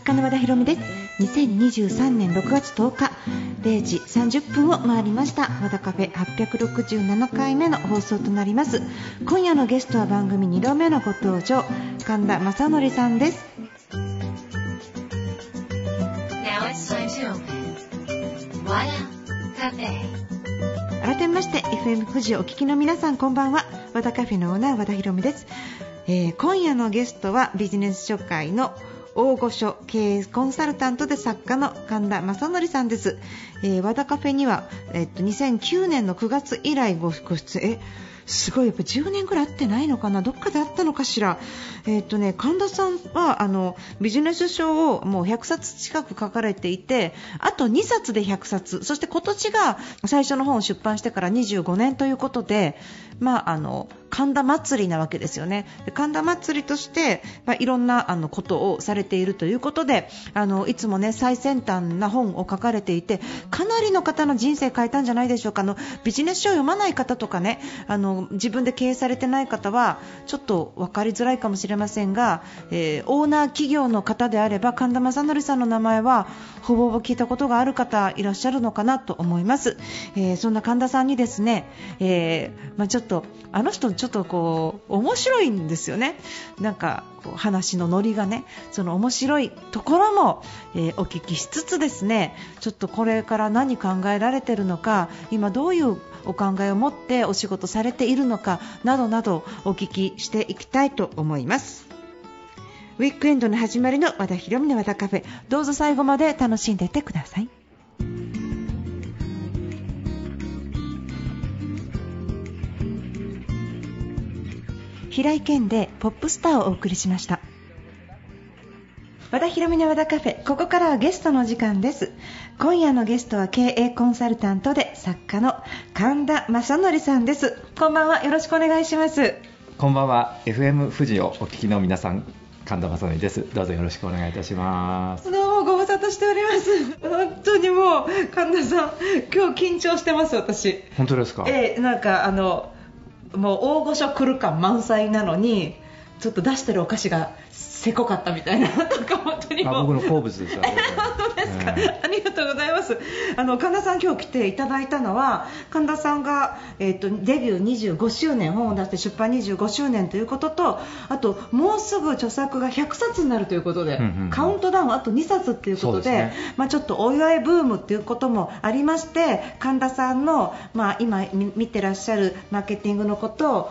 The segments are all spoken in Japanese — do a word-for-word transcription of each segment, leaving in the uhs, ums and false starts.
作家の和田博美です。にせんにじゅうさんねんろくがつとおかれいじさんじゅっぷんを回りました。和田カフェはっぴゃくろくじゅうななかいめの放送となります。今夜のゲストは番組にどめのご登場、神田正則さんです。 Now it's time to open 和田カフェ。 改めまして エフエム 富士をお聞きの皆さん、こんばんは。和田カフェのオーナー和田博美です。えー、今夜のゲストはビジネス書界の大御所経営コンサルタントで作家の神田正則さんです。えー、和田カフェには、えっと、にせんきゅうねんのくがつ以来ご出演、えすごい、やっぱじゅうねんぐらい会ってないのかな、どっかで会ったのかしら。えーとね、神田さんはあのビジネス書をもうひゃくさつ近く書かれていて、あとにさつでひゃくさつ、そして今年が最初の本を出版してからにじゅうごねんということで、まあ、あの神田祭りなわけですよね。で、神田祭りとして、まあ、いろんなあのことをされているということで、あのいつもね最先端な本を書かれていて、かなりの方の人生変えたんじゃないでしょうか。あのビジネス書を読まない方とかね、あの自分で経営されてない方はちょっと分かりづらいかもしれませんが、えー、オーナー企業の方であれば神田正則さんの名前はほぼほぼ聞いたことがある方いらっしゃるのかなと思います。えー、そんな神田さんにですね、えーまあ、ちょっとあの人ちょっとこう面白いんですよね。なんかこう話のノリがね、その面白いところも、えー、お聞きしつつですね、ちょっとこれから何考えられているのか、今どういうお考えを持ってお仕事されているのかなどなどお聞きしていきたいと思います。ウィークエンドの始まりの和田博美の和田カフェ、どうぞ最後まで楽しんでいってください。平井堅でポップスターをお送りしました。和田博美の和田カフェ、ここからはゲストのお時間です。今夜のゲストは経営コンサルタントで作家の神田正則さんです。こんばんは、よろしくお願いします。 こんばんは。 エフエム 富士をお聞きの皆さん、神田正則です。どうぞよろしくお願いいたします。 どうもご無沙汰しております。本当にもう神田さん、今日緊張してます。私本当ですか？ えー、なんかあのもう大御所来る感満載なのに、ちょっと出してるお菓子がせこかったみたいな、なんか本当にもう、 あ、僕の好物ですよ。 本当ですか、 えー、 ありがとうございます。あの神田さん、今日来ていただいたのは、神田さんが、えー、とデビューにじゅうごしゅうねん、本を出して出版にじゅうごしゅうねんということと、あともうすぐ著作がひゃくさつになるということで、うんうんうん、カウントダウンあとにさつということ で, で、ね、まあ、ちょっとお祝いブームということもありまして、神田さんの、まあ、今見てらっしゃるマーケティングのこと、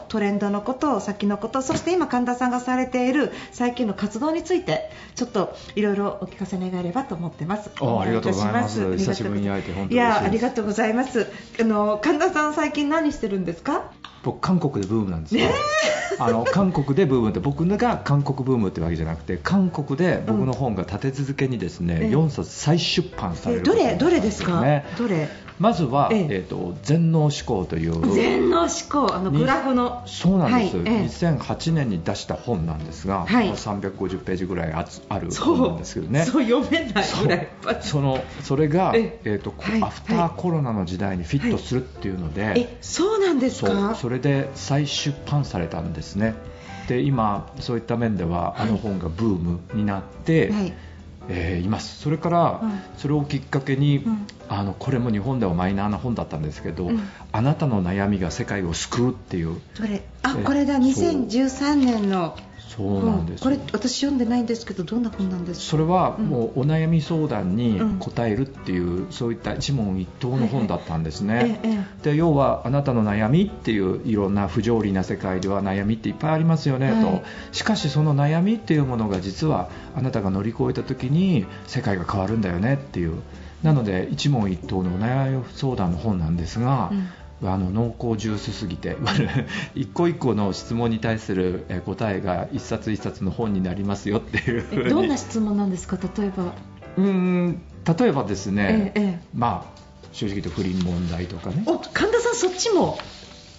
トレンドのこと、先のこと、そして今神田さんがされている最近の活動について、ちょっといろいろお聞かせ願えればと思ってます。 おありがとうございます。久しぶりに会えて本当に嬉しいです。 いや、ありがとうございます。あの神田さん、最近何してるんですか？ 僕、韓国でブームなんですよ、 ね、 あの韓国でブームって、僕が韓国ブームってわけじゃなくて、韓国で僕の本が立て続けにですね、うん、よんさつ再出版される、 どれどれですか？どれ？ まずは、ええー、と全能思考という全能思考、あのグラフの、 そうなんです、はい、 ええ、 にせんはちねんに出した本なんですが、はい、さんびゃくごじゅっページぐらいある本なんですけどね。 そうそう、読めないぐらい。 そ, そ, のそれが、ええーとはい、 アフターコロナの時代にフィットするっていうので、はい、 えそうなんですか？ そう、それで再出版されたんですね。で、今そういった面ではあの本がブームになって、はい、えー、います。それから、うん、それをきっかけに、うん、あのこれも日本ではマイナーな本だったんですけど、うん、あなたの悩みが世界を救うっていう、 それあこれだ、にせんじゅうさんねんの、 そうなんです、 これ私読んでないんですけど、どんな本なんですか？ それはもうお悩み相談に答えるっていう、うん、そういった一問一答の本だったんですね、はいはい、で要はあなたの悩みっていういろんな不条理な世界では悩みっていっぱいありますよね、はい、と。しかしその悩みっていうものが実はあなたが乗り越えた時に世界が変わるんだよねっていう、なので一問一答のお悩み相談の本なんですが、うん、あの濃厚ジュースすぎて一個一個の質問に対する答えが一冊一冊の本になりますよっていう。 どんな質問なんですか？例えばうーん例えばですね、 ええ、 まあ正直言うと不倫問題とかね。 お、神田さん、そっちも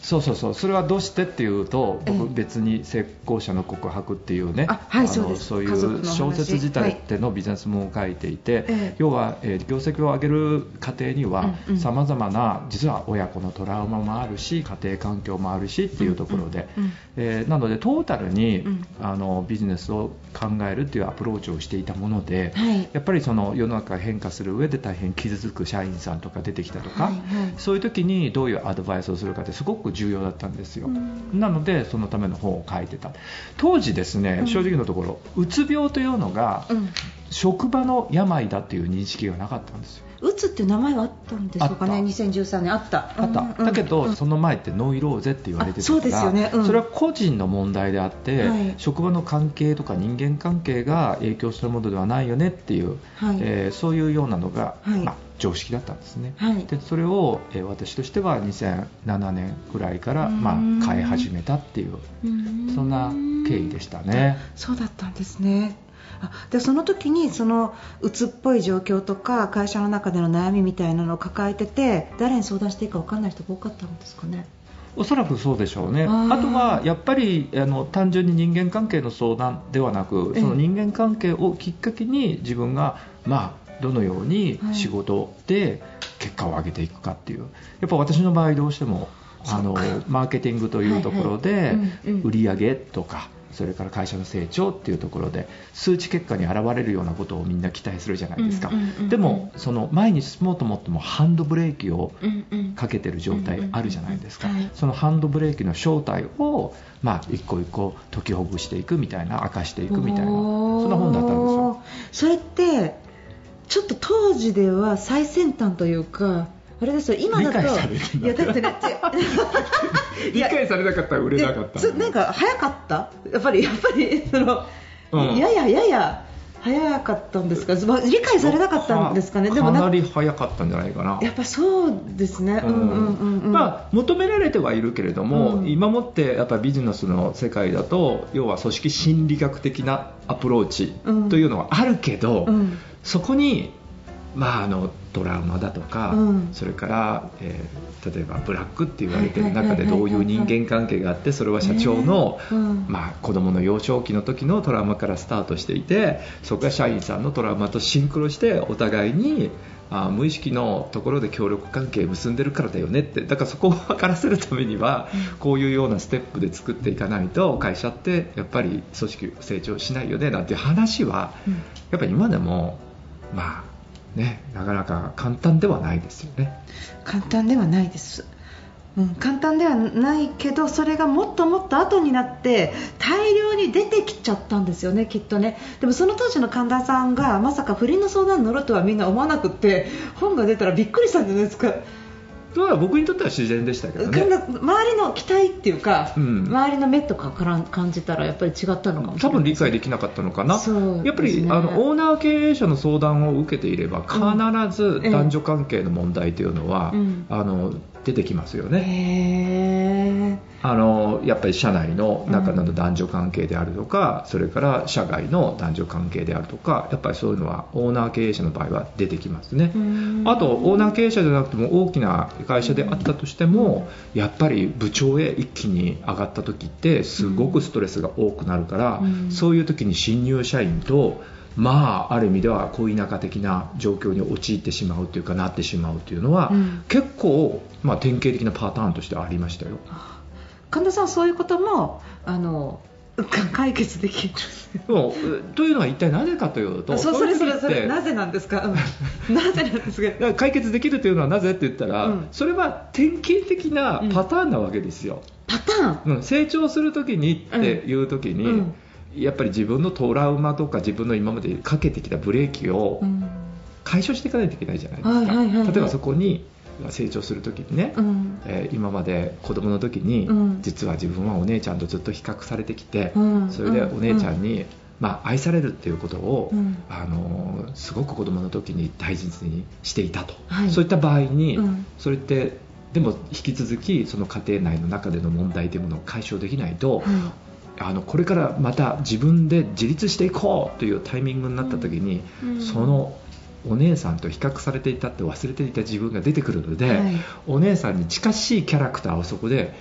そうそうそう、それはどうしてっていうと、 ええ、 僕別に成功者の告白っていうね、 あ、はい、 あそうです。 のそういう小説自体ってのビジネスも書いていて、 はい、 要は、えー、業績を上げる過程にはさまざまな実は親子のトラウマもあるし、家庭環境もあるしっていうところで、うんうんうん、えー、なのでトータルに、うん、あのビジネスを考えるっていうアプローチをしていたもので、はい、やっぱりその世の中が変化する上で大変傷つく社員さんとか出てきたとか、はいはい、そういう時にどういうアドバイスをするかってすごく重要だったんですよ。なのでそのための本を書いてた。当時ですね、正直なところ、うん、うつ病というのが、うん、職場の病だっていう認識がなかったんですよ。 うつっていう名前はあったんでしょうかね。にせんじゅうさんねんあったあった、うんうん、だけど、うん、その前ってノイローゼって言われてたから、そうですよね、うん、それは個人の問題であって、はい、職場の関係とか人間関係が影響するものではないよねっていう、はい、えー、そういうようなのが、はい、まあ、常識だったんですね、はい、でそれを、えー、私としてはにせんななねんくらいから、まあ、変え始めたっていう、そんな経緯でしたね。 そうだったんですね。でその時にそのうつっぽい状況とか会社の中での悩みみたいなのを抱えてて、誰に相談していいか分からない人が多かったんですかね。 おそらくそうでしょうね。 あ, あとはやっぱりあの単純に人間関係の相談ではなく、その人間関係をきっかけに自分が、まあ、どのように仕事で結果を上げていくかっていう、やっぱ私の場合どうしてもあのマーケティングというところで売り上げとか、それから会社の成長っていうところで数値結果に現れるようなことをみんな期待するじゃないですか、うんうんうんうん、でもその前に進もうと思ってもハンドブレーキをかけてる状態あるじゃないですか、うんうんうん、そのハンドブレーキの正体を、まあ、一個一個解きほぐしていくみたいな、明かしていくみたいな、そんな本だったんですよ。 それってちょっと当時では最先端というか、あれですよ、今だと理解されていやだってね理解されなかったら売れなかった。 なんか早かったやっぱりやっぱりその、うん、やややや早かったんですか、理解されなかったんですかね。 でもかなり早かったんじゃないかな。 やっぱそうですね、うんうんうんうん、 まあ、求められてはいるけれども、うん、今もってやっぱビジネスの世界だと要は組織心理学的なアプローチというのはあるけど、うんうん、そこにまあ、あのトラウマだとか、うん、それから、えー、例えばブラックって言われている中でどういう人間関係があって、それは社長の、ね、うん、まあ、子供の幼少期の時のトラウマからスタートしていて、そこが社員さんのトラウマとシンクロしてお互いにあ無意識のところで協力関係を結んでるからだよねって、だからそこを分からせるためには、うん、こういうようなステップで作っていかないと会社ってやっぱり組織成長しないよねなんていう話は、うん、やっぱり今でもまあね、なかなか簡単ではないですよね。 簡単ではないです、うん、簡単ではないけど、それがもっともっと後になって大量に出てきちゃったんですよね、きっとね。でもその当時の神田さんがまさか不倫の相談に乗るとはみんな思わなくって、本が出たらびっくりしたんじゃないですか。 だから僕にとっては自然でしたけどね。 周りの期待っていうか、うん、周りの目とかから感じたらやっぱり違ったのかもしれない。 多分理解できなかったのかな。そうですね、やっぱりあのオーナー経営者の相談を受けていれば必ず男女関係の問題というのは、うん、あの出てきますよね。へー、あのやっぱり社内の中の男女関係であるとか、うん、それから社外の男女関係であるとか、やっぱりそういうのはオーナー経営者の場合は出てきますね。あとオーナー経営者じゃなくても大きな会社であったとしても、やっぱり部長へ一気に上がった時ってすごくストレスが多くなるから、うん、そういう時に新入社員とまあ、ある意味では恋仲的な状況に陥ってしまうというかなってしまうというのは、うん、結構、まあ、典型的なパターンとしてありましたよ。 神田さん、そういうこともあの解決できるというのは一体なぜかというと、 そそれそれそれなぜなんですか、うん、なぜなんですか。だから解決できるというのはなぜって言ったら、うん、それは典型的なパターンなわけですよ、 うん、パターン、 うん、成長するときにっていうときに、うんうん、やっぱり自分のトラウマとか自分の今までかけてきたブレーキを解消していかないといけないじゃないですか、うんはいはいはいはい、例えばそこに成長するときにね、うんえー、今まで子供の時に、うん、実は自分はお姉ちゃんとずっと比較されてきて、うん、それでお姉ちゃんに、うんまあ、愛されるっていうことを、うん、あのすごく子供の時に大切にしていたと、はい、そういった場合に、うん、それってでも引き続きその家庭内の中での問題というものを解消できないと、うんあのこれからまた自分で自立していこうというタイミングになった時に、うん、そのお姉さんと比較されていたって忘れていた自分が出てくるので、はい、お姉さんに近しいキャラクターをそこで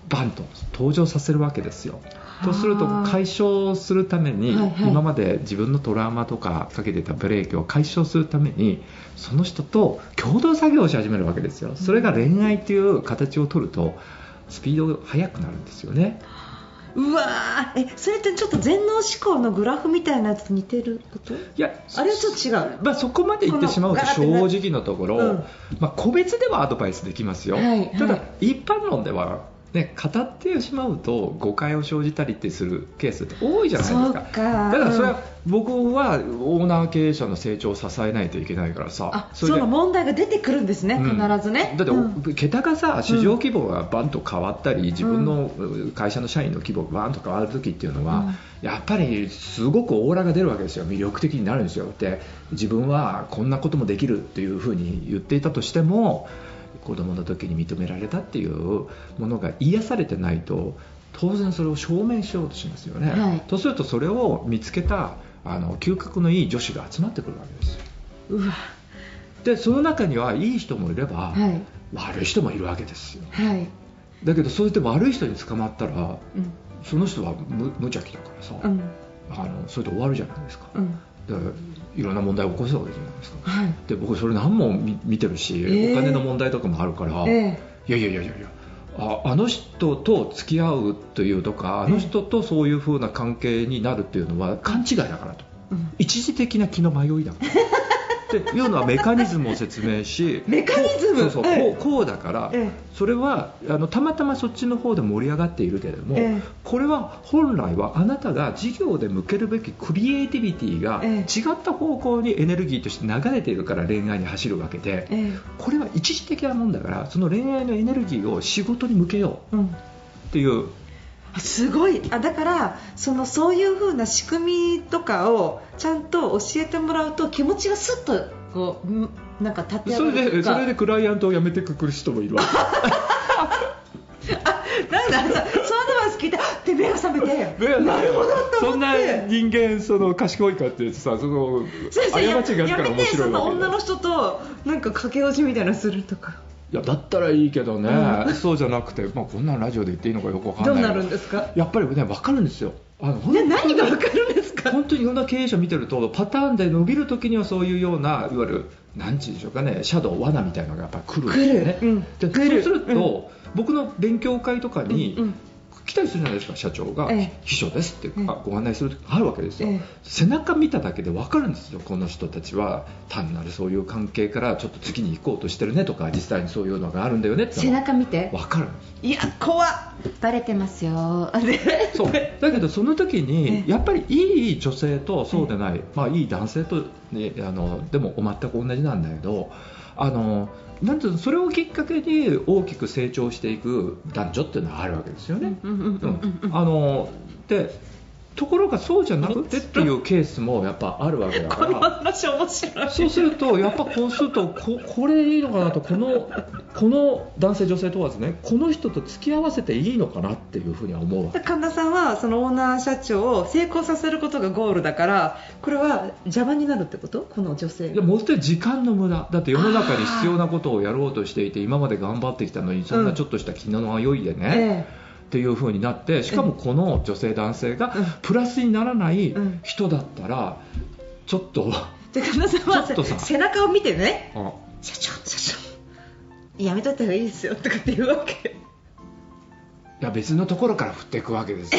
バンと登場させるわけですよ。とすると解消するために、はいはい、今まで自分のトラウマとかかけてたブレーキを解消するためにその人と共同作業をし始めるわけですよ。それが恋愛という形を取るとスピードが速くなるんですよね。 うわー、えそれってちょっと全能思考のグラフみたいなやつと似てること？いや、 あれはちょっと違う、 まあ、そこまで言ってしまうと正直のところ、うんまあ、個別ではアドバイスできますよ、はいはい、ただ一般論ではね、語ってしまうと誤解を生じたりってするケースって多いじゃないですか。 そうか、 だからそれは僕はオーナー経営者の成長を支えないといけないからさ、 あその問題が出てくるんですね、うん、必ずね。 だって、うん、桁がさ市場規模がバンと変わったり、うん、自分の会社の社員の規模がバンと変わるときっていうのは、うん、やっぱりすごくオーラが出るわけですよ。魅力的になるんですよ。で自分はこんなこともできるっていうふうに言っていたとしても子供の時に認められたっていうものが癒されてないと当然それを証明しようとしますよね、はい、とするとそれを見つけたあの嗅覚のいい女子が集まってくるわけですよ。 うわでその中にはいい人もいれば、はい、悪い人もいるわけですよ、はい、だけどそうやって悪い人に捕まったら、うん、その人は 無, 無邪気だからさ、うん、あのそれで終わるじゃないですか、うんでいろんな問題を起こすわけじゃないですか、はい、で僕それ何も 見, 見てるし、えー、お金の問題とかもあるから、えー、いやいやいやいやあ, あの人と付き合うというとかあの人とそういう風な関係になるっていうのは勘違いだからと、うん、一時的な気の迷いだからっていうのはメカニズムを説明しメカニズムそうそう、ええ、こう、こうだから、ええ、それはあのたまたまそっちの方で盛り上がっているけれども、ええ、これは本来はあなたが事業で向けるべきクリエイティビティが違った方向にエネルギーとして流れているから恋愛に走るわけで、ええ、これは一時的なもんだからその恋愛のエネルギーを仕事に向けようっていう、うんすごいあだからそのそういう風な仕組みとかをちゃんと教えてもらうと気持ちがスッとこうなんか立て上がるそれでそれでクライアントを辞めてくる人もいるわけあなんだそのアドバイス聞いてで目が覚めてなるほどと思ってそんな人間その賢いかってさその過ちがあるから面白いわけだ。やめてその女の人となんか駆け落ちみたいなするとかいやだったらいいけどね、うん、そうじゃなくて、まあ、こんなラジオで言っていいのかよくわかんない。 どうなるんですか。 やっぱりね分かるんですよ。あのね、何が分かるんですか。 本当にいろんな経営者見てるとパターンで伸びるときにはそういうようないわゆる何て言うんでしょうかねシャドウ罠みたいなのがやっぱり来るんですよね。来る、うん、で来るそうすると、うん、僕の勉強会とかに、うんうん来たりするじゃないですか。社長が、ええ、秘書ですってご案内するとあるわけですよ、ええ、背中見ただけで分かるんですよ。この人たちは単なるそういう関係からちょっと次に行こうとしてるねとか実際にそういうのがあるんだよねって背中見て分かるんです。 いや怖っバレてますよそうだけどその時にやっぱりいい女性とそうでない、まあ、いい男性と、ね、あのでも全く同じなんだけどあのなんていうのそれをきっかけに大きく成長していく男女っていうのはあるわけですよね。あのでところがそうじゃなくてっていうケースもやっぱあるわけだからこの話面白い。 そうするとやっぱこうすると こ, これいいのかなとこのこの男性女性問わずねこの人と付き合わせていいのかなっていうふうには思うわけ。 神田さんはそのオーナー社長を成功させることがゴールだからこれは邪魔になるってことこの女性。 いやもうすでに時間の無駄だって世の中に必要なことをやろうとしていて今まで頑張ってきたのにそんなちょっとした気の迷いでね、うんええっていう風になってしかもこの女性男性がプラスにならない人だったらちょっとじゃあ神田さんは背中を見てね社長社長やめといた方がいいですよとかって言うわけ。 いや別のところから振っていくわけですよ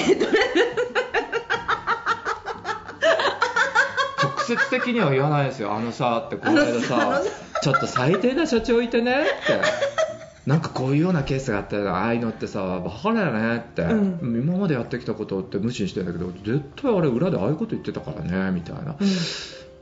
直接的には言わないですよ。あのさってこの間さちょっと最低な社長いてねってなんかこういうようなケースがあったらああいうのってさバカだよねって、うん、今までやってきたことって無視にしてるんだけど絶対あれ裏でああいうこと言ってたからねみたいな、うん、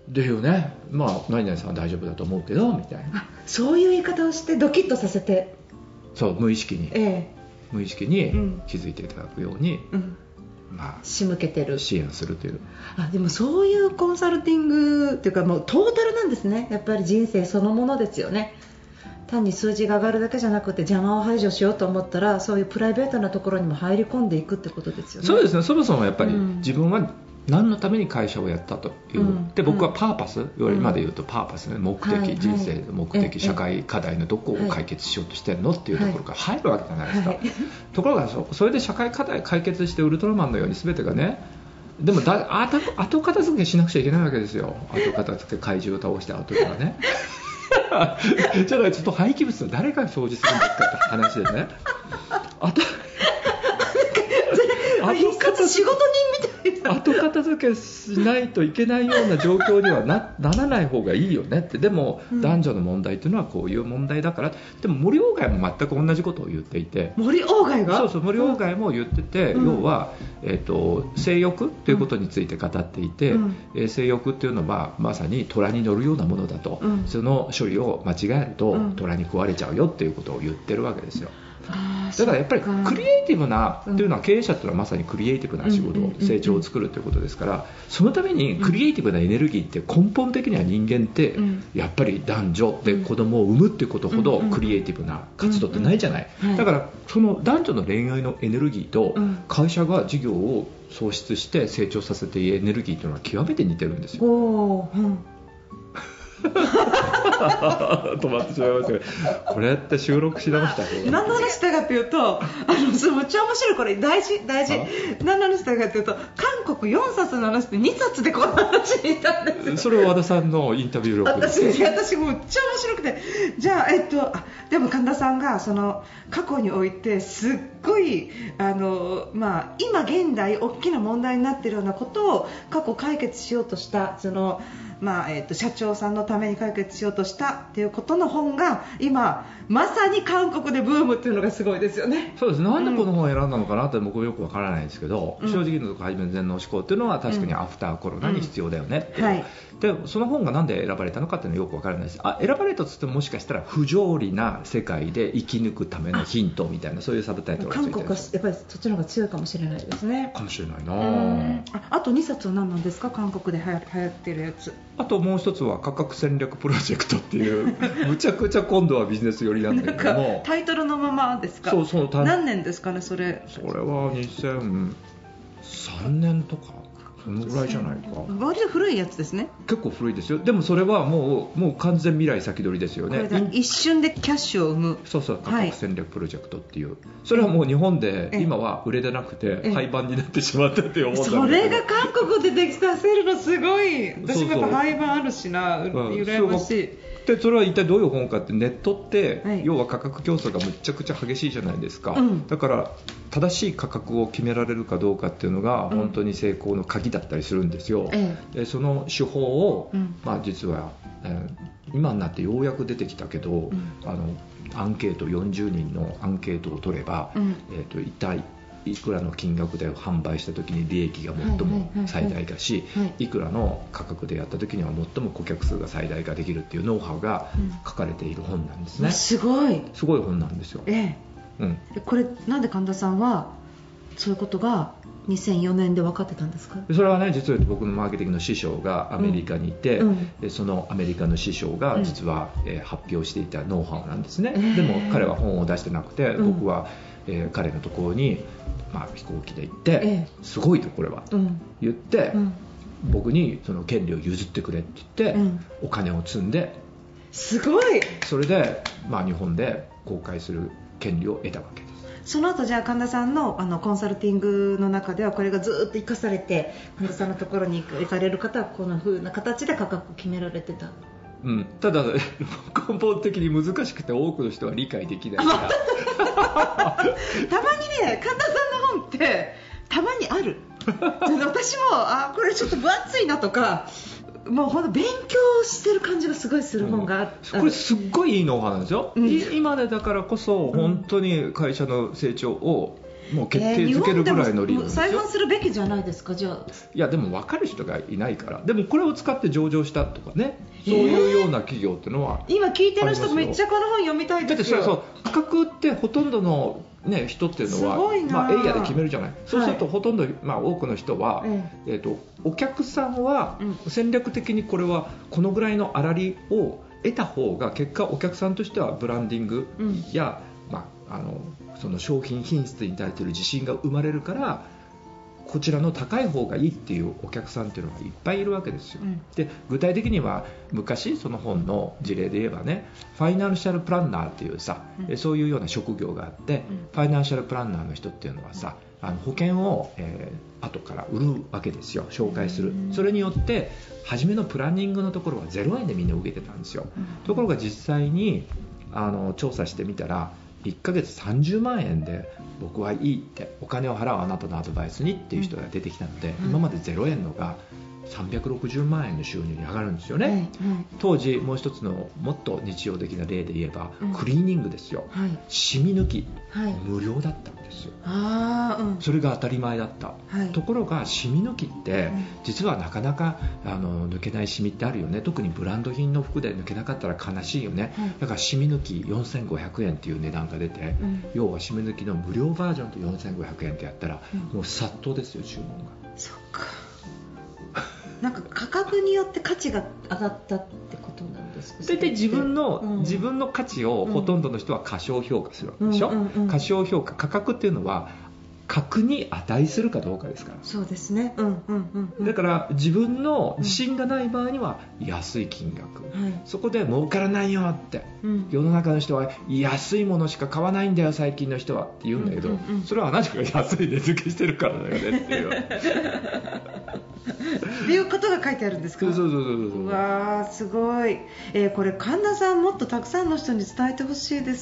でいうねまあ何々さんは大丈夫だと思うけどみたいなそういう言い方をしてドキッとさせてそう無意識に、 ええ、 無意識に気づいていただくように、うんまあ、仕向けてる支援するという。 あでもそういうコンサルティングっていうかもうトータルなんですね。やっぱり人生そのものですよね。単に数字が上がるだけじゃなくて邪魔を排除しようと思ったらそういうプライベートなところにも入り込んでいくってことですよね。 そうですね。そもそもやっぱり自分は何のために会社をやったという、うん、で僕はパーパス、うん、今で言うとパーパス、ね、目的、はい、人生の目的、社会課題のどこを解決しようとしてるのっていうところから入るわけじゃないですか、はい、ところが そ, それで社会課題解決してウルトラマンのように全てがね、でもだ後後片付けしなくちゃいけないわけですよ。後片付け怪獣を倒した後とかねじゃあちょっと廃棄物を誰が掃除するんですかって話でね後必殺仕事人みたいな後片付けしないといけないような状況には な, ならない方がいいよねって。でも、うん、男女の問題というのはこういう問題だから。でも森鴎外も全く同じことを言っていて、 森鴎外がそうそう森鴎外も言ってて、うん、要は、えー、と性欲ということについて語っていて、うんえー、性欲というのはまさに虎に乗るようなものだと、うん、その処理を間違えると、うん、虎に食われちゃうよっていうことを言ってるわけですよ。だからやっぱりクリエイティブなというのは、経営者というのはまさにクリエイティブな仕事、成長を作るということですから、そのためにクリエイティブなエネルギーって根本的には人間ってやっぱり男女で子供を産むっていうことほどクリエイティブな活動ってないじゃない。だからその男女の恋愛のエネルギーと会社が事業を創出して成長させているエネルギーというのは極めて似てるんですよ。おー、うん止まってしまいましたけど、これって収録し直した方が何の話したかというと、あのそれめっちゃ面白い、これ大事大事。何の話したかというと、韓国よんさつの話でにさつでこの話にしたんですよ。 それは和田さんのインタビュー録です。 私私もめっちゃ面白くて、じゃあえっとあでも神田さんがその過去においてすっごいあの、まあ、今現代大きな問題になっているようなことを過去解決しようとしたそのまあえー、と社長さんのために解決しようとしたっていうことの本が今まさに韓国でブームっていうのがすごいですよね。 そうです。なんでこの本を選んだのかなって僕もよくわからないんですけど、うん、正直のところ初め全能思考っていうのは確かにアフターコロナに必要だよねっていう、うんうんはい、でその本がなんで選ばれたのかっていうのはよくわからないです。あ選ばれたとしてももしかしたら不条理な世界で生き抜くためのヒントみたいなそういうサブタイトルがついてる。 韓国はやっぱりそっちの方が強いかもしれないですね。 かもしれないな。 あ, あとにさつは何なんですか、韓国で流行ってるやつ。 あともう一つは価格戦略プロジェクトっていうむちゃくちゃ今度はビジネス寄りなんだけどもタイトルのままですか。 そうそう何年ですかねそれ。 それはにせんさんねんとかそのぐらいじゃないか。 割と古いやつですね。 結構古いですよ。でもそれはもう、もう完全未来先取りですよね。 これ一瞬でキャッシュを生む。 そうそう価格戦略プロジェクトっていう、はい、それはもう日本で今は売れてなくて廃盤になってしまったって思うんだけど、 それが韓国でできさせるのすごい。私もやっぱ廃盤あるしな、うん、羨ましい。 でそれは一体どういう本かって、ネットって、はい、要は価格競争がむちゃくちゃ激しいじゃないですか、うん、だから正しい価格を決められるかどうかっていうのが本当に成功の鍵だったりするんですよ、うん、でその手法を、うんまあ、実は、えー、今になってようやく出てきたけど、うん、あのアンケートよんじゅうにんのアンケートを取れば、うんえー、と一体いくらの金額で販売した時に利益が最も最大化し、いくらの価格でやった時には最も顧客数が最大化できるっていうノウハウが書かれている本なんですね、うん、 すごいすごい本なんですよ、ええうん、これなんで神田さんはそういうことがにせんよねんで分かってたんですか。 それはね、実は僕のマーケティングの師匠がアメリカにいて、うんうん、そのアメリカの師匠が実は、うんえー、発表していたノウハウなんですね、えー、でも彼は本を出してなくて、うん、僕は、えー、彼のところに、まあ、飛行機で行って、えー、すごいとこれは、うん、言って、うん、僕にその権利を譲ってくれって言って、うん、お金を積んですごいそれで、まあ、日本で公開する権利を得たわけです。 その後じゃあ神田さん の, あのコンサルティングの中ではこれがずっと生かされて、神田さんのところに行かれる方はこの風な形で価格を決められてた。 うん、ただ根本的に難しくて多くの人は理解できないからたまにね、神田さんの本ってたまにある私もあこれちょっと分厚いなとか、もうほんと勉強してる感じがすごいする本があって、 うん、これすっごいいいノウハウなんですよ、うん、今でだからこそ本当に会社の成長をもう決定づけるぐらいの理論ですよ。 再販するべきじゃないですか。じゃあいやでも分かる人がいないから。でもこれを使って上場したとかね、そういうような企業っていうのは、 えー、今聞いてる人めっちゃこの本読みたいですよ。 だってそうそう価格ってほとんどの、ね、人っていうのはまあ、エイヤーで決めるじゃない。そうするとほとんど、まあ、多くの人は、はいえー、とお客さんは戦略的にこれはこのぐらいの粗利を得た方が結果お客さんとしてはブランディングや、うんまあ、あのその商品品質に対する自信が生まれるからこちらの高い方がいいっていうお客さんっていうのがいっぱいいるわけですよ、うん、で具体的には昔その本の事例で言えばね、ファイナンシャルプランナーっていうさ、うん、そういうような職業があって、うん、ファイナンシャルプランナーの人っていうのはさ、あの保険を、えー、後から売るわけですよ、紹介する、うん、それによって初めのプランニングのところはゼロえんでみんな受けてたんですよ、うん、ところが実際にあの調査してみたらいっかげつさんじゅうまんえんで僕はいいってお金を払うあなたのアドバイスにっていう人が出てきたので、うん、今までゼロえんのがさんびゃくろくじゅうまんえんの収入に上がるんですよね、うんうん、当時もう一つのもっと日常的な例で言えば、うん、クリーニングですよ、はい、シミ抜き、はい、無料だったんですよ。あ、うん、それが当たり前だった、はい、ところがシミ抜きって、うん、実はなかなかあの抜けないシミってあるよね、特にブランド品の服で抜けなかったら悲しいよね、はい、だからシミ抜きよんせんごひゃくえんっていう値段が出て、うん、要はシミ抜きの無料バージョンとよんせんごひゃくえんってやったら、うん、もう殺到ですよ注文が。 そっかなんか価格によって価値が上がったってことなんですか。 大体自分の、うん、自分の価値をほとんどの人は過小評価するわけでしょ、うんうんうん、過小評価、価格っていうのは格に値するかどうかですから。 そうですね、うんうんうんうん、 だから自分の自信がない場合には安い金額、うん、そこで儲からないよって、うん、世の中の人は安いものしか買わないんだよ最近の人はって言うんだけど、うんうんうん、それはあなたが安い値付けしてるからだよねっていうっていうことが書いてあるんですか。 そうそうそうそう。 うわーすごい、えー、これ神田さんもっとたくさんの人に伝えてほしいです。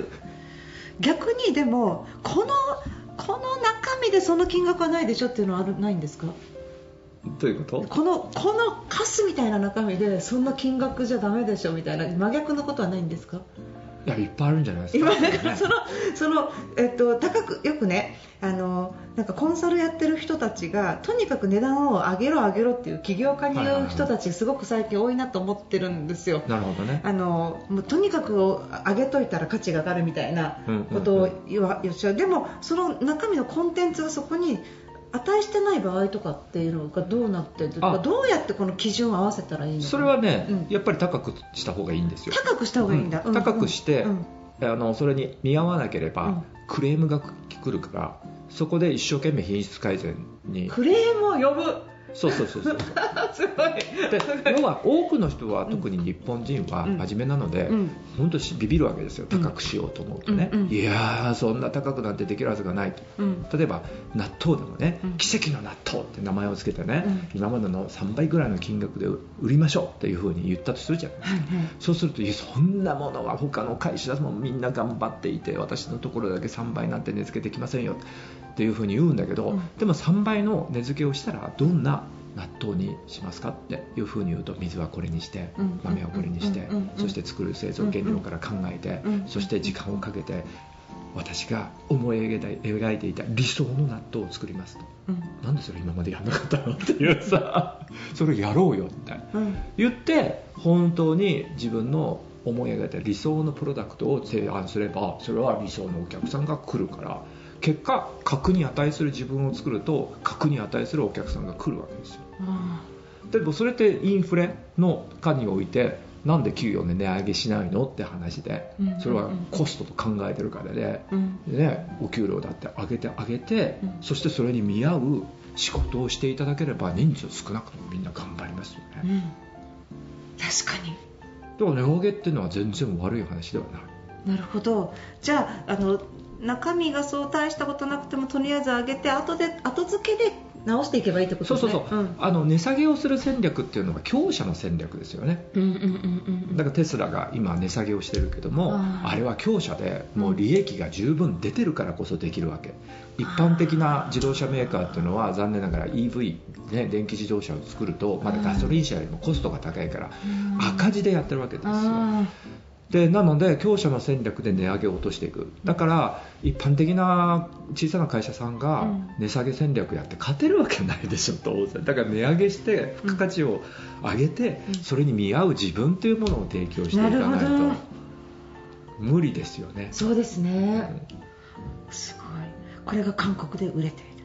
逆にでもこのこの中身でその金額はないでしょっていうのはあるないんですか。 どういうこと。このこのカスみたいな中身でそんな金額じゃダメでしょみたいな真逆のことはないんですか。 いやいっぱいあるんじゃないですか。 今なんかそのその、えっと、高くよくねあのなんかコンサルやってる人たちがとにかく値段を上げろ上げろっていう起業家に言う人たちすごく最近多いなと思ってるんですよ。 なるほどね。 あのもうとにかく上げといたら価値が上がるみたいなことを言わ、うんうんうん、でもその中身のコンテンツがそこに値してない場合とかっていうのがどうなってるか、どうやってこの基準を合わせたらいいのか。 それはね、うん、やっぱり高くした方がいいんですよ。 高くした方がいいんだ、 うん、高くして、うんうん、あのそれに見合わなければ、うん、クレームが来るからそこで一生懸命品質改善に。 クレームを呼ぶ。 そうそうそうそうすごい。 で要は多くの人は特に日本人は真面目なので、うん、本当にビビるわけですよ。高くしようと思うとね、うんうん、いやーそんな高くなんてできるはずがないと、うん、例えば納豆でもね、うん、奇跡の納豆って名前をつけてね、うん、今までのさんばいぐらいの金額で売りましょうっていう風に言ったとするじゃないですか、はいはい、そうするといやそんなものは他の会社もみんな頑張っていて私のところだけさんばいなんて値付けできませんよっていう風に言うんだけど、うん、でもさんばいの値付けをしたらどんな納豆にしますかっていう風に言うと水はこれにして豆はこれにしてそして作る製造原料から考えてそして時間をかけて私が思い描いていた理想の納豆を作りますと、うん、なんでそれ今までやんなかったのっていうさそれやろうよって言って本当に自分の思い描いた理想のプロダクトを提案すればそれは理想のお客さんが来るから結果格に値する自分を作ると格に値するお客さんが来るわけですよ。でもそれってインフレの下においてなんで給与で値上げしないのって話で、それはコストと考えてるからで、ね、お給料だって上げて上げて、そしてそれに見合う仕事をしていただければ人数少なくともみんな頑張りますよね、うん、 確かに。 だから値上げっていうのは全然悪い話ではない。 なるほど。じゃあ、あの中身がそう大したことなくてもとりあえず上げて後で後付けで直していけばいいってことですね。 そうそうそう、うん、あの値下げをする戦略っていうのは強者の戦略ですよね、うんうんうんうん、だからテスラが今値下げをしてるけども あ, あれは強者でもう利益が十分出てるからこそできるわけ。一般的な自動車メーカーっていうのは残念ながら イーブイ、ね、電気自動車を作るとまだガソリン車よりもコストが高いから赤字でやってるわけですよ。でなので強者の戦略で値上げを落としていく。だから一般的な小さな会社さんが値下げ戦略やって勝てるわけないでしょ当然。だから値上げして付加価値を上げてそれに見合う自分というものを提供していかないと無理ですよね。 そうですね、うん、すごい。これが韓国で売れている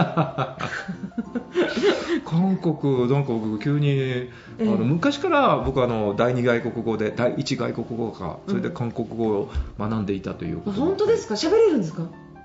韓国なんか僕急に、えー、あの昔から僕あの第二外国語で第一外国語かそれで韓国語を学んでいたということ、 うん、本当ですか。喋れるんですか。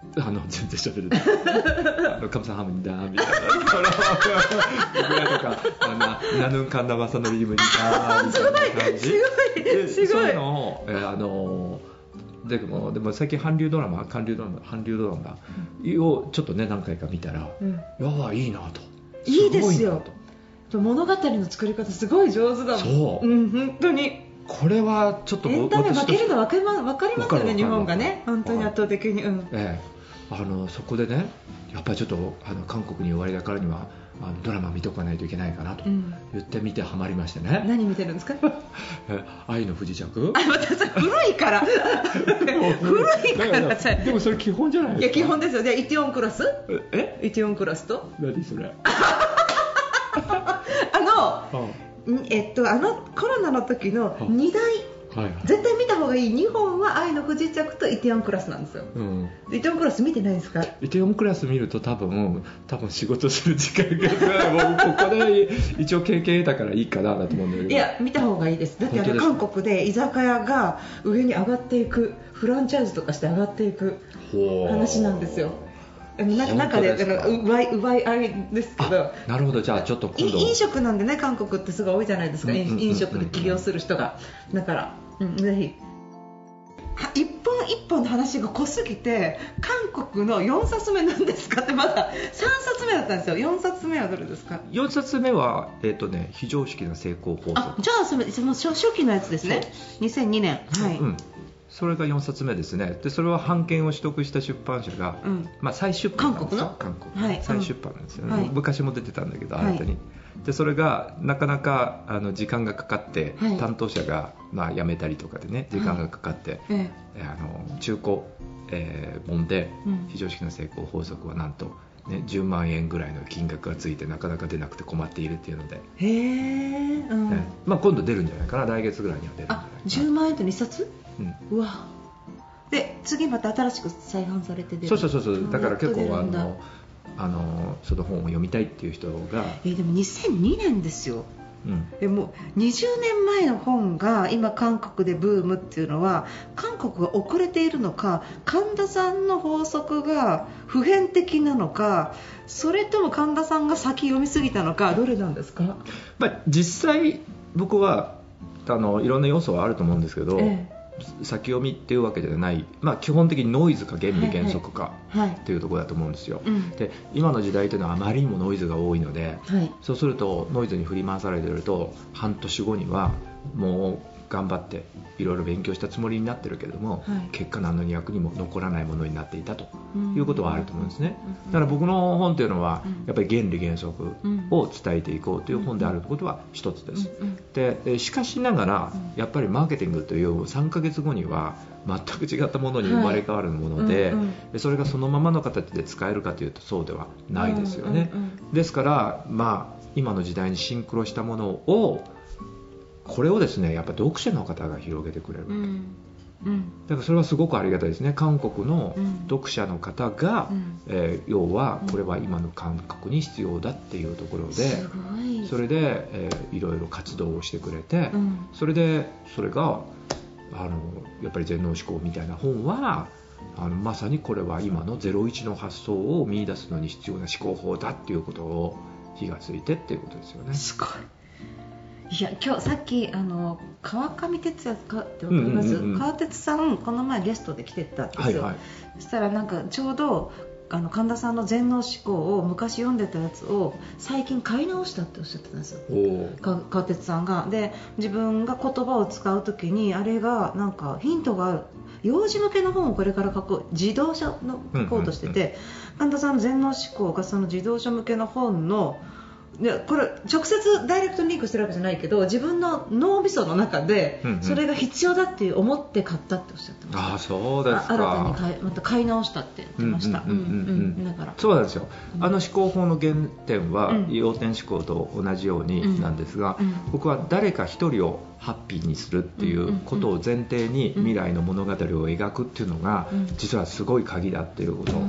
あの全然喋れないあのカムサハムニダーみたいなぐらいとかあのナヌンカンナマサノリムニダーみたいな感じすごいすごいそういうのを、えー、あのでもでも最近韓流ドラマ韓流ドラマ韓流ドラマをちょっとね何回か見たら、うん、いやいいなといいですよと物語の作り方すごい上手だもんそう、 うん、本当にこれはちょっとエンタメ負けるの分かりますよね日本がね本当に圧倒的に、うんええあのそこでねやっぱりちょっとあの韓国に終わりだからにはあのドラマ見とかないといけないかなと言ってみてハマりましてね、 うん、何見てるんですか愛の不時着あ私古いから古いからでもそれ基本じゃないですか。 いや基本ですよ。でイテウォンクラスえイテウォンクラスと何それあの、うん、えっとあのコロナの時のにだいはいはい、絶対見た方がいいにほんは愛の不時着とイテウォンクラスなんですよ、うん、イテウォンクラス見てないですか。 イテウォンクラス見ると多分多分仕事する時間がもうここで一応経験得たからいいかなだと思うんだけどいや見た方がいいです。だってあの韓国で居酒屋が上に上がっていくフランチャイズとかして上がっていく話なんですよ。中で奪い奪い合いですけど。 なるほど。じゃあちょっと今度飲食なんでね韓国ってすごい多いじゃないですか、うんうんうんうん、飲食で起業する人がだから、うん、ぜひ一本一本の話が濃すぎて韓国のよんさつめなんですかってまださんさつめだったんですよ。よんさつめはどれですか。 よんさつめは、えーとね、非常識な成功法則。 あじゃあそのその初期のやつですね。にせんにねん、はい、うん、 それがよんさつめですね。でそれは版権を取得した出版社が、うんまあ、再出版なんですよ。韓国の韓国、はい、再出版なんですよね、はい、昔も出てたんだけど新たに、はい、でそれがなかなかあの時間がかかって、はい、担当者が、まあ、辞めたりとかでね時間がかかって、はい、あの中古、えー、本で、うん、非常識な成功法則はなんと、ね、じゅうまんえんぐらいの金額がついてなかなか出なくて困っているっていうのでへー、うんねまあ、今度出るんじゃないかな。来月ぐらいには出るんじゃないかな。 あじゅうまんえんとにさつ、うん、うわで次また新しく再販されて出る。 そうそうそうそうだから結構あのあのその本を読みたいっていう人がえでもにせんにねんですよ、うん、でもにじゅうねんまえの本が今韓国でブームっていうのは韓国が遅れているのか神田さんの法則が普遍的なのかそれとも神田さんが先読みすぎたのかどれなんですか。 まあ、実際僕はあのいろんな要素はあると思うんですけど、ええ先読みっていうわけではない、まあ、基本的にノイズか原理原則かっていうところだと思うんですよ、はいはいはい、で今の時代というのはあまりにもノイズが多いので、はい、そうするとノイズに振り回されていると半年後にはもう頑張っていろいろ勉強したつもりになってるけれども、はい、結果何の役にも残らないものになっていたということはあると思うんですね。だから僕の本というのはやっぱり原理原則を伝えていこうという本であることは一つです。でしかしながらやっぱりマーケティングというさんかげつごには全く違ったものに生まれ変わるもので、はい、それがそのままの形で使えるかというとそうではないですよね。ですから、まあ、今の時代にシンクロしたものをこれをですねやっぱ読者の方が広げてくれる、うんうん、だからそれはすごくありがたいですね。韓国の読者の方が、うんえー、要はこれは今の韓国に必要だっていうところで、うん、それで、えー、いろいろ活動をしてくれて、うん、それでそれがあのやっぱり全能思考みたいな本はあのまさにこれは今のゼロイチの発想を見出すのに必要な思考法だっていうことを火がついてっていうことですよね。 すごい。いや今日さっきあの川上哲也かってわかります、うんうんうん、川哲さんこの前ゲストで来てたんですよ、はいはい、そしたらなんかちょうどあの神田さんの全能思考を昔読んでたやつを最近買い直したっておっしゃってたんですよ川哲さんが。で自分が言葉を使うときにあれがなんかヒントがある幼児向けの本をこれから書こう自動車の書こうとしてて、うんうんうん、神田さんの全能思考がその自動車向けの本のでこれ直接ダイレクトにリンクしてるわけじゃないけど自分の脳みその中でそれが必要だって思って買ったっておっしゃってました、うんうん、 あそうですか。 新たに買いまた買い直したって言ってました。 そうなんですよ。あの思考法の原点は、うん、要点思考と同じようになんですが、うんうん、僕は誰か一人をハッピーにするっていうことを前提に未来の物語を描くっていうのが実はすごい鍵だっていうこと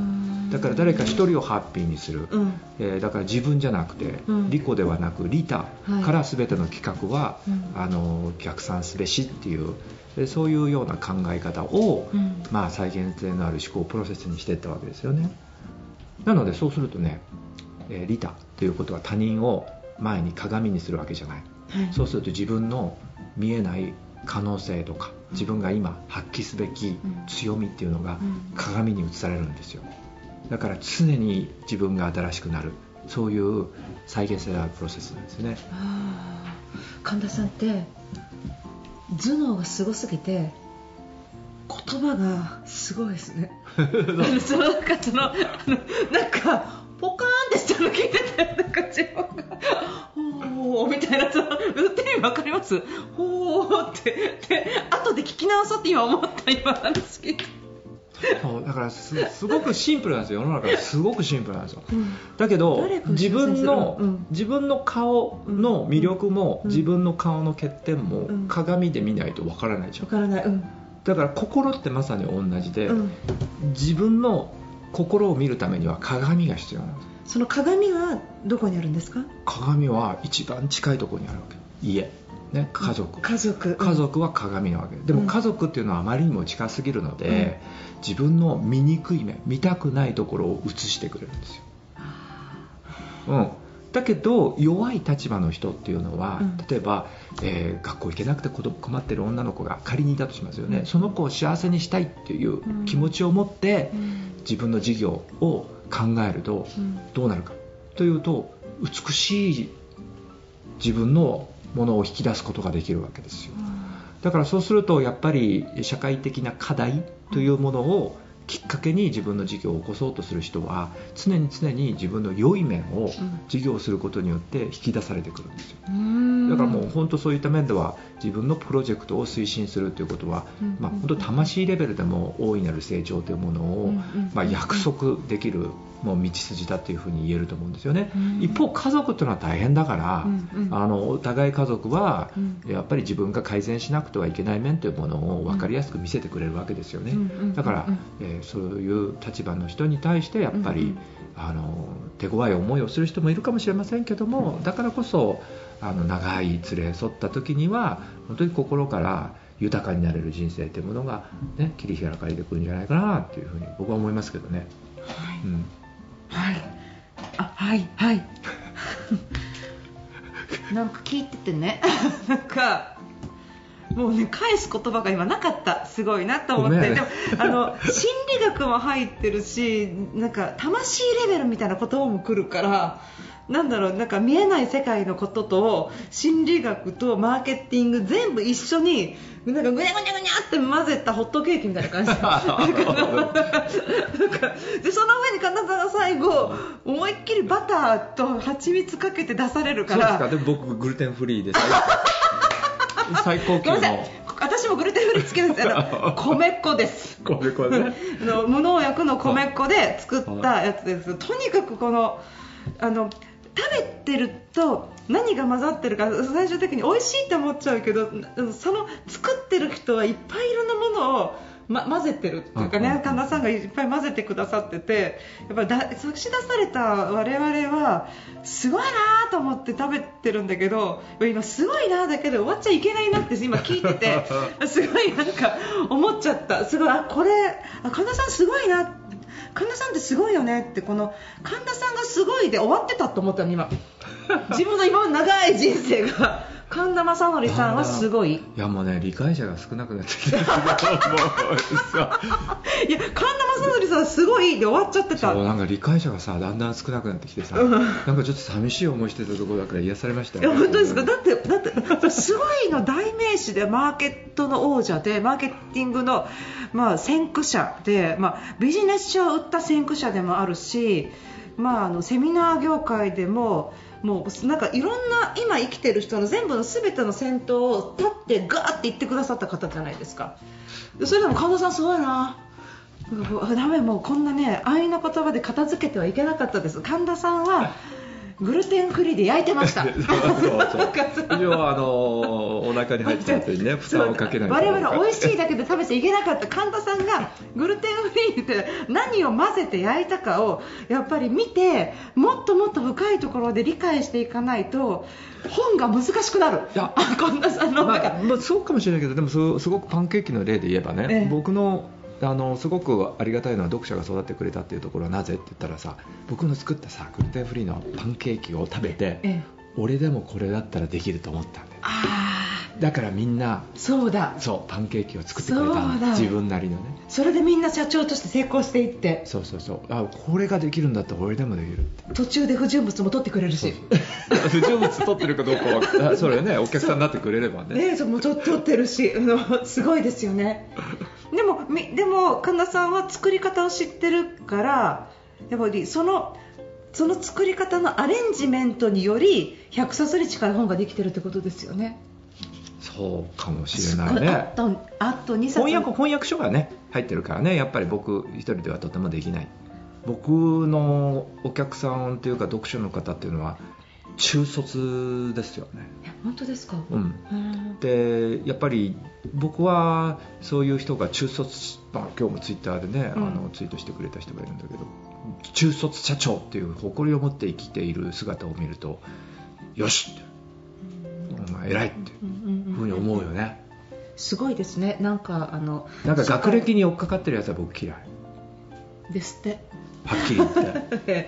だから誰か一人をハッピーにする、うんえー、だから自分じゃなくて、うん、利己ではなく利他から全ての企画は、はい、あの逆算すべしっていうそういうような考え方を、うんまあ、再現性のある思考プロセスにしていったわけですよね。なのでそうするとね、えー、利他ということは他人を前に鏡にするわけじゃない、はい、そうすると自分の見えない可能性とか自分が今発揮すべき強みっていうのが鏡に映されるんですよ。だから常に自分が新しくなる、そういう再現性のあるプロセスなんですね。 あ神田さんって頭脳がすごすぎて言葉がすごいですね。そのなんかそのあのなんかポカーンってしたの聞いてて、なんか自分がほーみたいな、そのテレビわかります？ほーってで後で聞き直そうって今思った今なんですけど。 そうだから す, すごくシンプルなんですよ。世の中はすごくシンプルなんですよ、うん、だけど自分の、うん、自分の顔の魅力も、うん、自分の顔の欠点も、うん、鏡で見ないとわからないじゃん。わからない、うん、だから心ってまさに同じで、うん、自分の心を見るためには鏡が必要なんです。 その鏡はどこにあるんですか？ 鏡は一番近いところにあるわけ。家ね、家族家族、 家族は鏡なわけでも、家族っていうのはあまりにも近すぎるので、うん、自分の見にくい面、見たくないところを映してくれるんですよ、うん、だけど弱い立場の人っていうのは、うん、例えば、えー、学校行けなくて困ってる女の子が仮にいたとしますよね、うん、その子を幸せにしたいっていう気持ちを持って、うん、自分の事業を考えると、うん、どうなるかというと美しい自分のものを引き出すことができるわけですよ。だからそうするとやっぱり社会的な課題というものをきっかけに自分の事業を起こそうとする人は常に常に自分の良い面を事業することによって引き出されてくるんですよ。だからもう本当そういった面では自分のプロジェクトを推進するということは、まあ、本当魂レベルでも大いなる成長というものを、まあ、約束できるもう道筋だというふうに言えると思うんですよね。一方家族というのは大変だから、うんうん、あのお互い家族はやっぱり自分が改善しなくてはいけない面というものを分かりやすく見せてくれるわけですよね。だから、えー、そういう立場の人に対してやっぱり、うんうん、あの手強い思いをする人もいるかもしれませんけども、だからこそあの長い連れ添った時には本当に心から豊かになれる人生というものが、ね、切り開かれてくるんじゃないかなというふうに僕は思いますけどね。はい、うんはい、あ、はいはいなんか聞いててねなんかもうね返す言葉が今なかった。すごいなと思って、でもあの心理学も入ってるし、なんか魂レベルみたいな言葉も来るから、なんだろう、なんか見えない世界のことと心理学とマーケティング全部一緒になんかぐにゃぐにゃぐにゃって混ぜたホットケーキみたいな感じでなんかでその上に神田さんが最後思いっきりバターと蜂蜜かけて出されるから。 そうですか。でも僕グルテンフリーです最高級の。 私もグルテンフリーつけるんですけど米粉です米粉ねの無農薬の米粉で作ったやつです。とにかくこのあの食べてると何が混ざってるか最終的に美味しいって思っちゃうけど、その作ってる人はいっぱいいろんなものを、ま、混ぜてるっていうかね、神田さんがいっぱい混ぜてくださってて、やっぱりだ差し出された我々はすごいなと思って食べてるんだけど、今すごいなだけど終わっちゃいけないなって今聞いててすごいなんか思っちゃった。すごい、あこれあ神田さんすごいな、神田さんってすごいよねって、この神田さんがすごいで終わってたと思ったの今自分の今の長い人生が神田正則さんはすごい。いやもうね理解者が少なくなってきていや神田正則さんはすごいで終わっちゃってた。 そうなんか理解者がさだんだん少なくなってきてさ、うん、なんかちょっと寂しい思いしてたところだから癒されましたよ、ね、 いや本当ですか。だってだってすごいの代名詞でマーケットの王者でマーケティングの、まあ、先駆者で、まあ、ビジネス書を売った先駆者でもあるし、まあ、あのセミナー業界でももうなんかいろんな今生きてる人の全部の全ての先頭を立ってガーって言ってくださった方じゃないですか。でそれでも神田さんすごいな、ダメもうこんなね安易な言葉で片付けてはいけなかったです。神田さんはグルテンフリーで焼いてましたそうそうそう一応あのお腹に入ってた後にね負担をかけないと我々美味しいだけで食べちゃいけなかった神田さんがグルテンフリーって何を混ぜて焼いたかをやっぱり見てもっともっと深いところで理解していかないと本が難しくなる。いや神田さんの、まあまあ、そうかもしれないけどでもすごくパンケーキの例で言えばね、ええ、僕のあのすごくありがたいのは読者が育ってくれたっていうところはなぜって言ったらさ僕の作ったさグルテンフリーのパンケーキを食べて、ええ、俺でもこれだったらできると思ったんだよ。あだからみんなそうだそうパンケーキを作ってくれたん自分なりのね。 それでみんな社長として成功していってそうそうそうあこれができるんだったら俺でもできるって途中で不純物も取ってくれるし不純物取ってるかどうかはそれねお客さんになってくれればねねそも取ってるしすごいですよね。でもでも神田さんは作り方を知ってるからやっぱりそのその作り方のアレンジメントによりひゃくさつに近い本ができてるってことですよね。 そうかもしれないね。あと、あとにさつ翻訳、翻訳書がね入ってるからねやっぱり僕一人ではとてもできない。僕のお客さんというか読者の方っていうのは中卒ですよね。 本当ですか。 うん、でやっぱり僕はそういう人が中卒、まあ、今日もツイッターでね、うん、あのツイートしてくれた人がいるんだけど中卒社長っていう誇りを持って生きている姿を見るとよしってお前偉いっていうふうに思うよね。 すごいですね。なんかあのなんか学歴に追っかかってるやつは僕嫌いですってはっきり言って、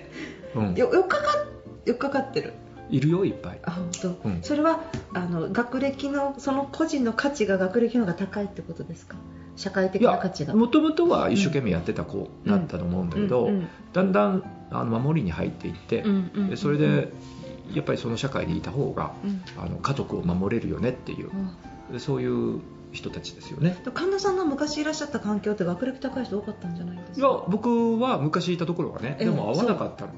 うん、よ、よっかかよっかかってるいるよいっぱい。 あ本当、うん、それはあの学歴のその個人の価値が学歴の方が高いってことですか。社会的な価値が。 もともとは一生懸命やってた子だったと思うんだけど、うんうん、だんだんあの守りに入っていって、うんうん、でそれでやっぱりその社会にいた方が、うん、あの家族を守れるよねっていう、うん、そういう人たちですよね。 神田さんが昔いらっしゃった環境って学歴高い人多かったんじゃないですか。 いや僕は昔いたところはね、でも合わなかったの。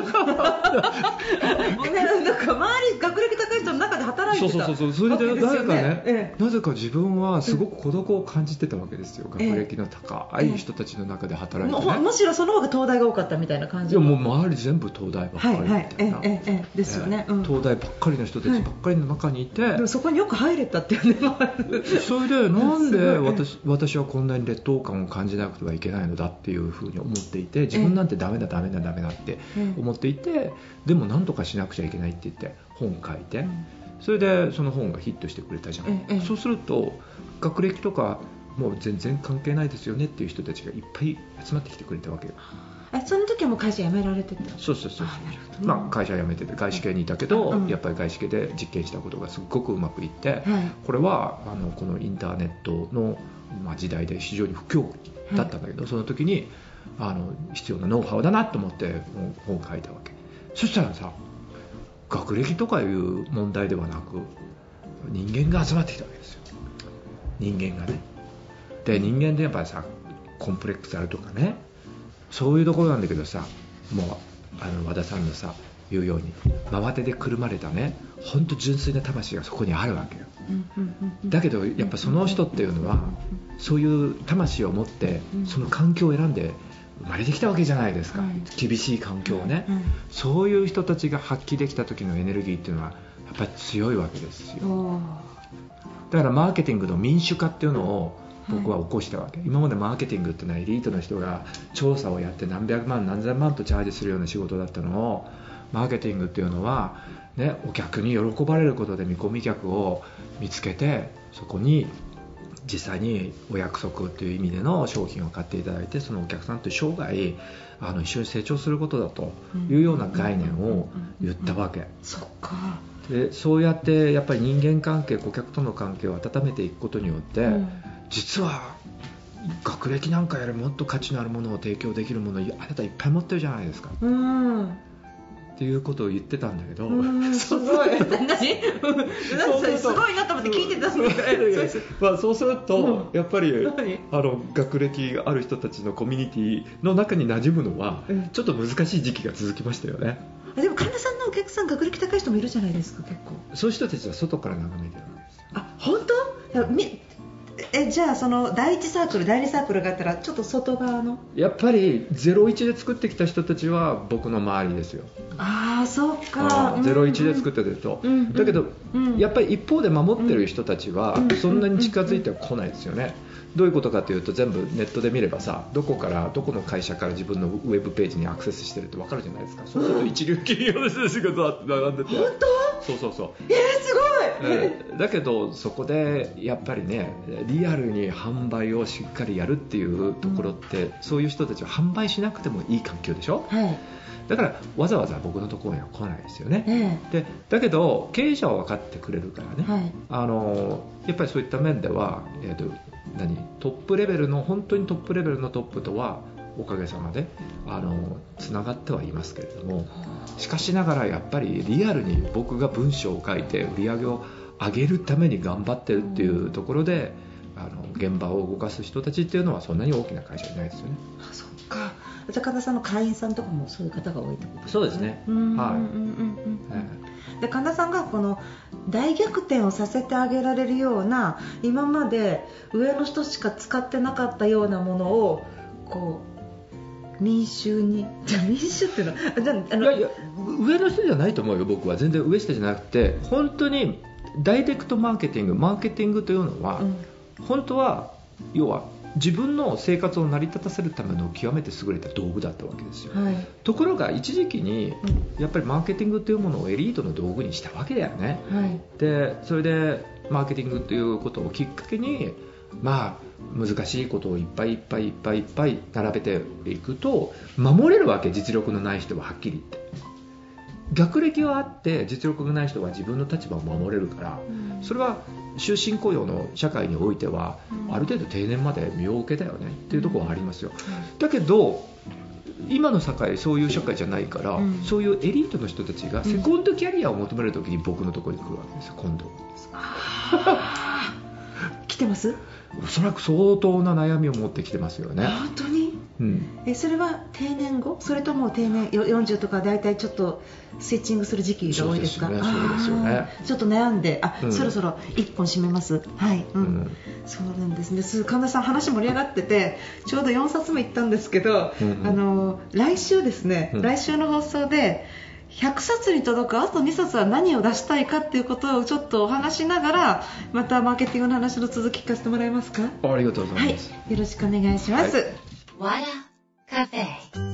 なんか周り学歴高い人の中で働いてた。 そうそうそうそれでなぜかね、ええ、なぜか自分はすごく孤独を感じてたわけですよ。学歴の高い人たちの中で働いて、ね、 ええ、むしろその方が東大が多かったみたいな感じ。 いやもう周り全部東大ばっかりみたいな、はいはい、ええええですよね、うん、 東大ばっかりの人たちばっかりの中にいて、はい、 でもそこによく入れたっていうね。 それでなんで私, 私はこんなに劣等感を感じなくてはいけないのだっていうふうに思っていて、自分なんてダメだダメだダメだって思っていて、でも何とかしなくちゃいけないって言って本書いて、それでその本がヒットしてくれたじゃん。そうすると学歴とかもう全然関係ないですよねっていう人たちがいっぱい集まってきてくれたわけよ。 えその時はもう会社辞められてた。 そうそうそう。まあ、会社辞めてて外資系にいたけど、うん、やっぱり外資系で実験したことがすごくうまくいって、うん、これはあのこのインターネットの、まあ、時代で非常に不況だったんだけど、うん、その時にあの必要なノウハウだなと思って本を書いたわけ。そしたらさ学歴とかいう問題ではなく人間が集まってきたわけですよ。人間がね。で人間でやっぱりさコンプレックスあるとかねそういうところなんだけどさ、もうあの和田さんのさ言うように真綿でくるまれたね本当純粋な魂がそこにあるわけよ。だけどやっぱその人っていうのはそういう魂を持ってその環境を選んで生まれてきたわけじゃないですか。厳しい環境をね、そういう人たちが発揮できた時のエネルギーっていうのはやっぱり強いわけですよ。だからマーケティングの民主化っていうのを僕は起こしたわけ、はい、今までマーケティングってのはエリートの人が調査をやって何百万何千万とチャージするような仕事だったのをマーケティングっていうのは、ね、お客に喜ばれることで見込み客を見つけてそこに実際にお約束という意味での商品を買っていただいてそのお客さんと生涯あの一緒に成長することだというような概念を言ったわけ。 そっか。 でそうやってやっぱり人間関係顧客との関係を温めていくことによって、うん実は学歴なんかよりもっと価値のあるものを提供できるものをあなたいっぱい持ってるじゃないですか、うん、っていうことを言ってたんだけど、 うんすごい何すごいなと思って聞いてたんだけどまあそうすると、うん、やっぱりあの学歴がある人たちのコミュニティの中に馴染むのは、うん、ちょっと難しい時期が続きましたよね。 でも神田さんのお客さん学歴高い人もいるじゃないですか。結構そういう人たちは外から眺めてるわけですよ。 あ本当みえじゃあその第一サークル第二サークルがあったらちょっと外側のやっぱりゼロイチで作ってきた人たちは僕の周りですよ。 ああそうか。 ゼロイチで作ってると、うんうん、だけど、うん、やっぱり一方で守ってる人たちはそんなに近づいては来ないですよね。どういうことかというと全部ネットで見ればさ、どこからどこの会社から自分のウェブページにアクセスしてるって分かるじゃないですか。そうすると一流企業の人たちが並んでて、 本当？ そうそうそう。 えー、すごい、 えー、だけどそこでやっぱりねリアルに販売をしっかりやるっていうところって、うん、そういう人たちは販売しなくてもいい環境でしょ、はい、だからわざわざ僕のところには来ないですよね、えー、でだけど経営者は分かってくれるからね、はい、あのやっぱりそういった面では、えーと何トップレベルの本当にトップレベルのトップとはおかげさまであのつながってはいますけれども、しかしながらやっぱりリアルに僕が文章を書いて売り上げを上げるために頑張ってるっていうところで、あの現場を動かす人たちっていうのはそんなに大きな会社じゃないですよね。 あ、そっか。高田さんの会員さんとかもそういう方が多いってことですね。 そうですね。はい。 で神田さんがこの大逆転をさせてあげられるような今まで上の人しか使ってなかったようなものをこう民衆にじゃあ民衆っていうのはじゃあのいやいや上の人じゃないと思うよ。僕は全然上下じゃなくて本当にダイレクトマーケティングマーケティングというのは、うん、本当は要は自分の生活を成り立たせるための極めて優れた道具だったわけですよ、はい、ところが一時期にやっぱりマーケティングというものをエリートの道具にしたわけだよね、はい、でそれでマーケティングということをきっかけにまあ難しいことをいっぱいいっぱいいっぱいいっぱい並べていくと守れるわけ。実力のない人ははっきり言って学歴はあって実力がない人は自分の立場を守れるから、うん、それは終身雇用の社会においては、うん、ある程度定年まで身を置けだよねっていうところはありますよ、うん、だけど今の社会そういう社会じゃないから、うん、そういうエリートの人たちがセコンドキャリアを求めるときに僕のところに来るわけですよ。今度来てます？ おそらく相当な悩みを持ってきてますよね。 本当に、うん、えそれは定年後それとも定年よんじゅうとかだいたいちょっとスイッチングする時期が多いですか？ そうですよね、そうですよね。 ちょっと悩んであ、うん、そろそろいっぽん締めます。はい、うんうん、そうなんですね。神田さん話盛り上がっててちょうどよんさつめいったんですけど、うんうん、あの来週ですね、うん、来週の放送でひゃくさつに届くあとにさつは何を出したいかっていうことをちょっとお話しながらまたマーケティングの話の続き聞かせてもらえますか？ ありがとうございます、 はい、よろしくお願いします、はい、 ワダカフェ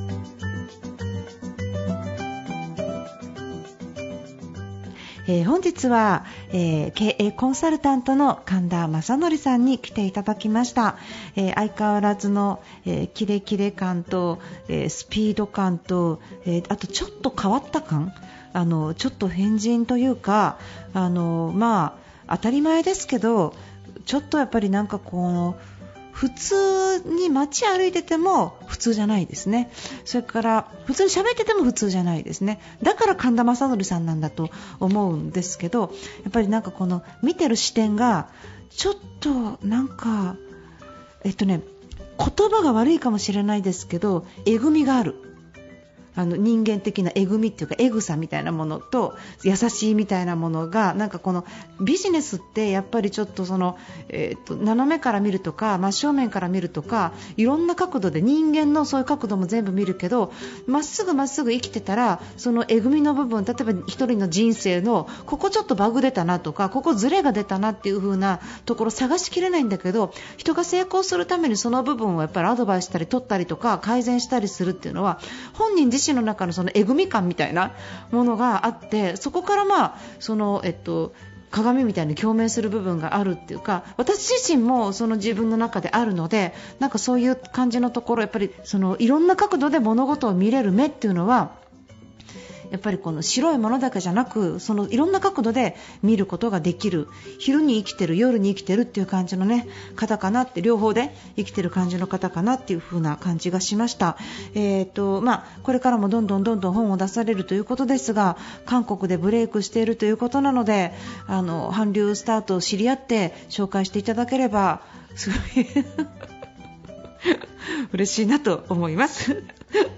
えー、本日は、えー、経営コンサルタントの神田正則さんに来ていただきました、えー、相変わらずの、えー、キレキレ感と、えー、スピード感と、えー、あとちょっと変わった感あのちょっと変人というかあの、まあ、当たり前ですけどちょっとやっぱりなんかこの普通に街歩いてても普通じゃないですね。それから普通に喋ってても普通じゃないですね。だから神田正則さんなんだと思うんですけど、やっぱりなんかこの見てる視点がちょっとなんかえっとね言葉が悪いかもしれないですけどえぐみがある。あの人間的なえぐみっていうかえぐさみたいなものと優しいみたいなものがなんかこのビジネスってやっぱりちょっとその、えー、と斜めから見るとか真正面から見るとかいろんな角度で人間のそういう角度も全部見るけどまっすぐまっすぐ生きてたらそのえぐみの部分例えば一人の人生のここちょっとバグ出たなとかここズレが出たなっていう風なところ探しきれないんだけど人が成功するためにその部分をやっぱりアドバイスしたり取ったりとか改善したりするっていうのは本人自身の中のそのえぐみ感みたいなものがあってそこからまあそのえっと鏡みたいに共鳴する部分があるっていうか私自身もその自分の中であるのでなんかそういう感じのところやっぱりそのいろんな角度で物事を見れる目っていうのはやっぱりこの白いものだけじゃなくそのいろんな角度で見ることができる昼に生きてる夜に生きてるっていう感じの、ね、方かなって両方で生きてる感じの方かなっていう風な感じがしました、えーとまあ、これからもどんどんどんどん本を出されるということですが韓国でブレイクしているということなのであの韓流スタートを知り合って紹介していただければすごい嬉しいなと思います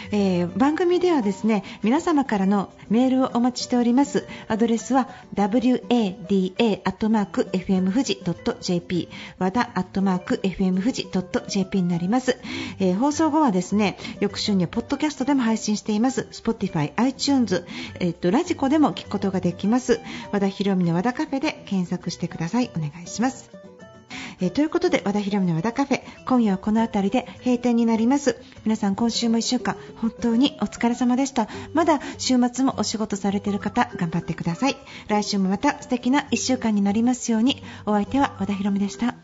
えー、番組ではですね、皆様からのメールをお待ちしております。アドレスは ダブリューエーディーエー アットマーク エフエム 富士 ドット ジェーピー 和田 アットマーク エフエム 富士 ドット ジェーピー になります。えー、放送後はですね、翌週にはポッドキャストでも配信しています。Spotify、iTunes、えー、とラジコでも聞くことができます。和田博美の和田カフェで検索してください。お願いします。えー、ということで、和田博美の和田カフェ、今夜はこの辺りで閉店になります。皆さん、今週もいっしゅうかん本当にお疲れ様でした。まだ週末もお仕事されている方、頑張ってください。来週もまた素敵ないっしゅうかんになりますように。お相手は和田博美でした。